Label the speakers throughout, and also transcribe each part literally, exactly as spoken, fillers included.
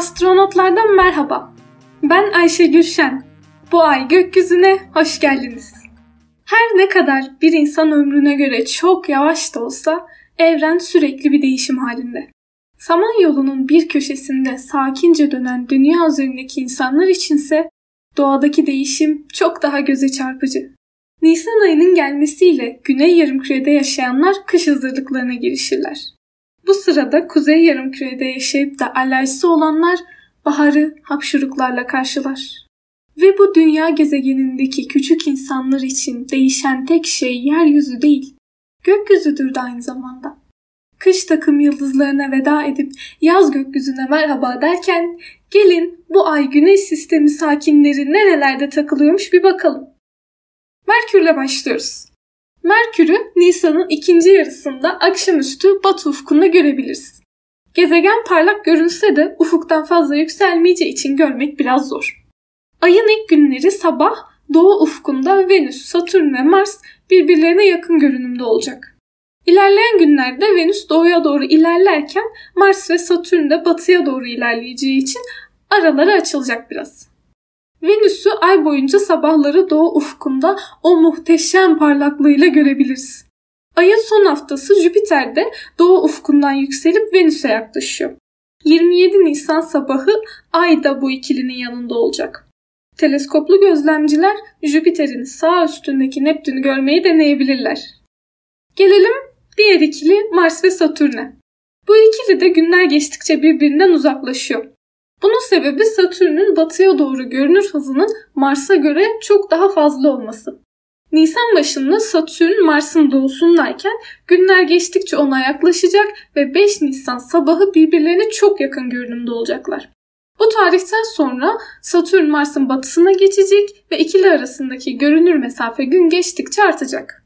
Speaker 1: Astronotlardan merhaba. Ben Ayşe Gülşen. Bu ay gökyüzüne hoş geldiniz. Her ne kadar bir insan ömrüne göre çok yavaş da olsa evren sürekli bir değişim halinde. Samanyolu'nun bir köşesinde sakince dönen dünya üzerindeki insanlar içinse doğadaki değişim çok daha göze çarpıcı. Nisan ayının gelmesiyle Güney Yarımküre'de yaşayanlar kış hazırlıklarına girişirler. Bu sırada Kuzey Yarımküre'de yaşayıp da alerjisi olanlar baharı hapşuruklarla karşılar. Ve bu dünya gezegenindeki küçük insanlar için değişen tek şey yeryüzü değil, gökyüzüdür de aynı zamanda. Kış takım yıldızlarına veda edip yaz gökyüzüne merhaba derken gelin bu ay güneş sistemi sakinleri nerelerde takılıyormuş bir bakalım. Merkür'le başlıyoruz. Merkür'ü Nisan'ın ikinci yarısında akşamüstü batı ufkunda görebiliriz. Gezegen parlak görünse de ufuktan fazla yükselmeyeceği için görmek biraz zor. Ayın ilk günleri sabah doğu ufkunda Venüs, Satürn ve Mars birbirlerine yakın görünümde olacak. İlerleyen günlerde Venüs doğuya doğru ilerlerken Mars ve Satürn de batıya doğru ilerleyeceği için araları açılacak biraz. Venüs'ü ay boyunca sabahları doğu ufkunda o muhteşem parlaklığıyla görebiliriz. Ayın son haftası Jüpiter de doğu ufkundan yükselip Venüs'e yaklaşıyor. yirmi yedi Nisan sabahı ay da bu ikilinin yanında olacak. Teleskoplu gözlemciler Jüpiter'in sağ üstündeki Neptün'ü görmeyi deneyebilirler. Gelelim diğer ikili Mars ve Satürn'e. Bu ikili de günler geçtikçe birbirinden uzaklaşıyor. Bunun sebebi Satürn'ün batıya doğru görünür hızının Mars'a göre çok daha fazla olması. Nisan başında Satürn Mars'ın doğusundayken günler geçtikçe ona yaklaşacak ve beş Nisan sabahı birbirlerine çok yakın görünümde olacaklar. Bu tarihten sonra Satürn Mars'ın batısına geçecek ve ikili arasındaki görünür mesafe gün geçtikçe artacak.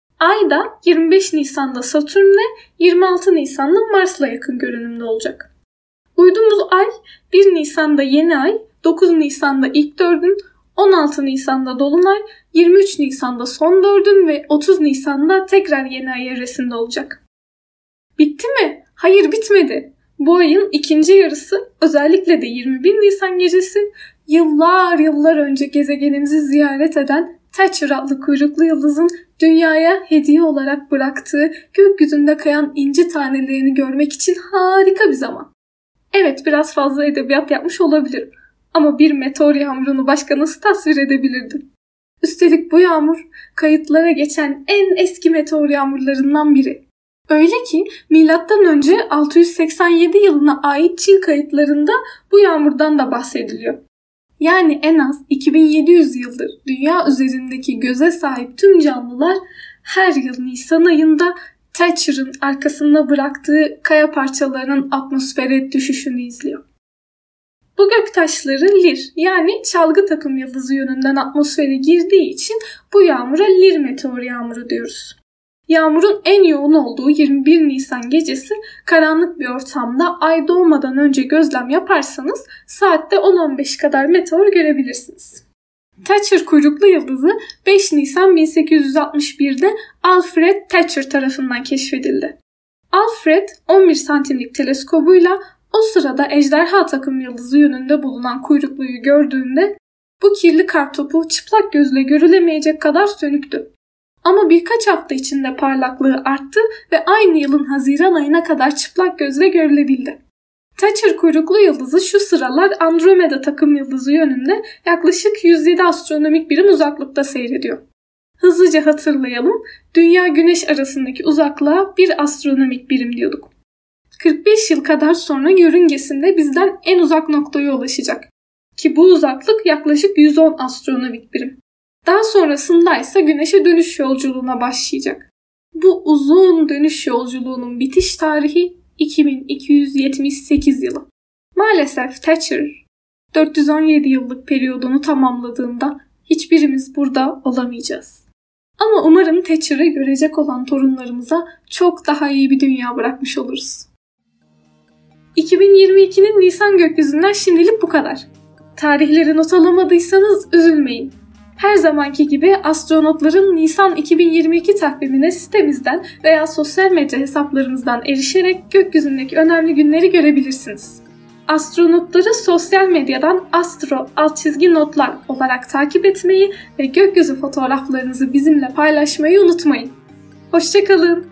Speaker 1: Ay da yirmi beş Nisan'da Satürn'le yirmi altı Nisan'da Mars'la yakın görünümde olacak. Uyduğumuz ay bir Nisan'da yeni ay, dokuz Nisan'da ilk dördün, on altı Nisan'da dolunay, yirmi üç Nisan'da son dördün ve otuz Nisan'da tekrar yeni ay evresinde olacak. Bitti mi? Hayır, bitmedi. Bu ayın ikinci yarısı, özellikle de yirmi bir Nisan gecesi yıllar yıllar önce gezegenimizi ziyaret eden Thatcher adlı kuyruklu yıldızın dünyaya hediye olarak bıraktığı gökyüzünde kayan inci tanelerini görmek için harika bir zaman. Evet, biraz fazla edebiyat yapmış olabilirim ama bir meteor yağmurunu başka nasıl tasvir edebilirdim? Üstelik bu yağmur kayıtlara geçen en eski meteor yağmurlarından biri. Öyle ki milattan önce altı yüz seksen yedi yılına ait Çin kayıtlarında bu yağmurdan da bahsediliyor. Yani en az iki bin yedi yüz yıldır dünya üzerindeki göze sahip tüm canlılar her yıl Nisan ayında Thatcher'ın arkasında bıraktığı kaya parçalarının atmosfere düşüşünü izliyor. Bu göktaşları Lir yani çalgı takım yıldızı yönünden atmosfere girdiği için bu yağmura Lir meteor yağmuru diyoruz. Yağmurun en yoğun olduğu yirmi bir Nisan gecesi karanlık bir ortamda ay doğmadan önce gözlem yaparsanız saatte on on beş kadar meteor görebilirsiniz. Thatcher kuyruklu yıldızı beş Nisan bin sekiz yüz altmış bir'de Alfred Thatcher tarafından keşfedildi. Alfred on bir santimlik teleskobuyla o sırada ejderha takım yıldızı yönünde bulunan kuyrukluyu gördüğünde bu kirli kartopu çıplak gözle görülemeyecek kadar sönüktü. Ama birkaç hafta içinde parlaklığı arttı ve aynı yılın Haziran ayına kadar çıplak gözle görülebildi. Thatcher kuyruklu yıldızı şu sıralar Andromeda takım yıldızı yönünde yaklaşık yüz yedi astronomik birim uzaklıkta seyrediyor. Hızlıca hatırlayalım, Dünya-Güneş arasındaki uzaklığa bir astronomik birim diyorduk. kırk beş yıl kadar sonra yörüngesinde bizden en uzak noktaya ulaşacak. Ki bu uzaklık yaklaşık yüz on astronomik birim. Daha sonrasında ise Güneş'e dönüş yolculuğuna başlayacak. Bu uzun dönüş yolculuğunun bitiş tarihi iki bin iki yüz yetmiş sekiz yılı. Maalesef Thatcher dört yüz on yedi yıllık periyodunu tamamladığında hiçbirimiz burada olamayacağız. Ama umarım Thatcher'ı görecek olan torunlarımıza çok daha iyi bir dünya bırakmış oluruz. iki bin yirmi iki'nin Nisan gökyüzünden şimdilik bu kadar. Tarihleri not alamadıysanız üzülmeyin. Her zamanki gibi astronotların Nisan iki bin yirmi iki takvimine sitemizden veya sosyal medya hesaplarımızdan erişerek gökyüzündeki önemli günleri görebilirsiniz. Astronotları sosyal medyadan astro alt çizgi notlar olarak takip etmeyi ve gökyüzü fotoğraflarınızı bizimle paylaşmayı unutmayın. Hoşça kalın.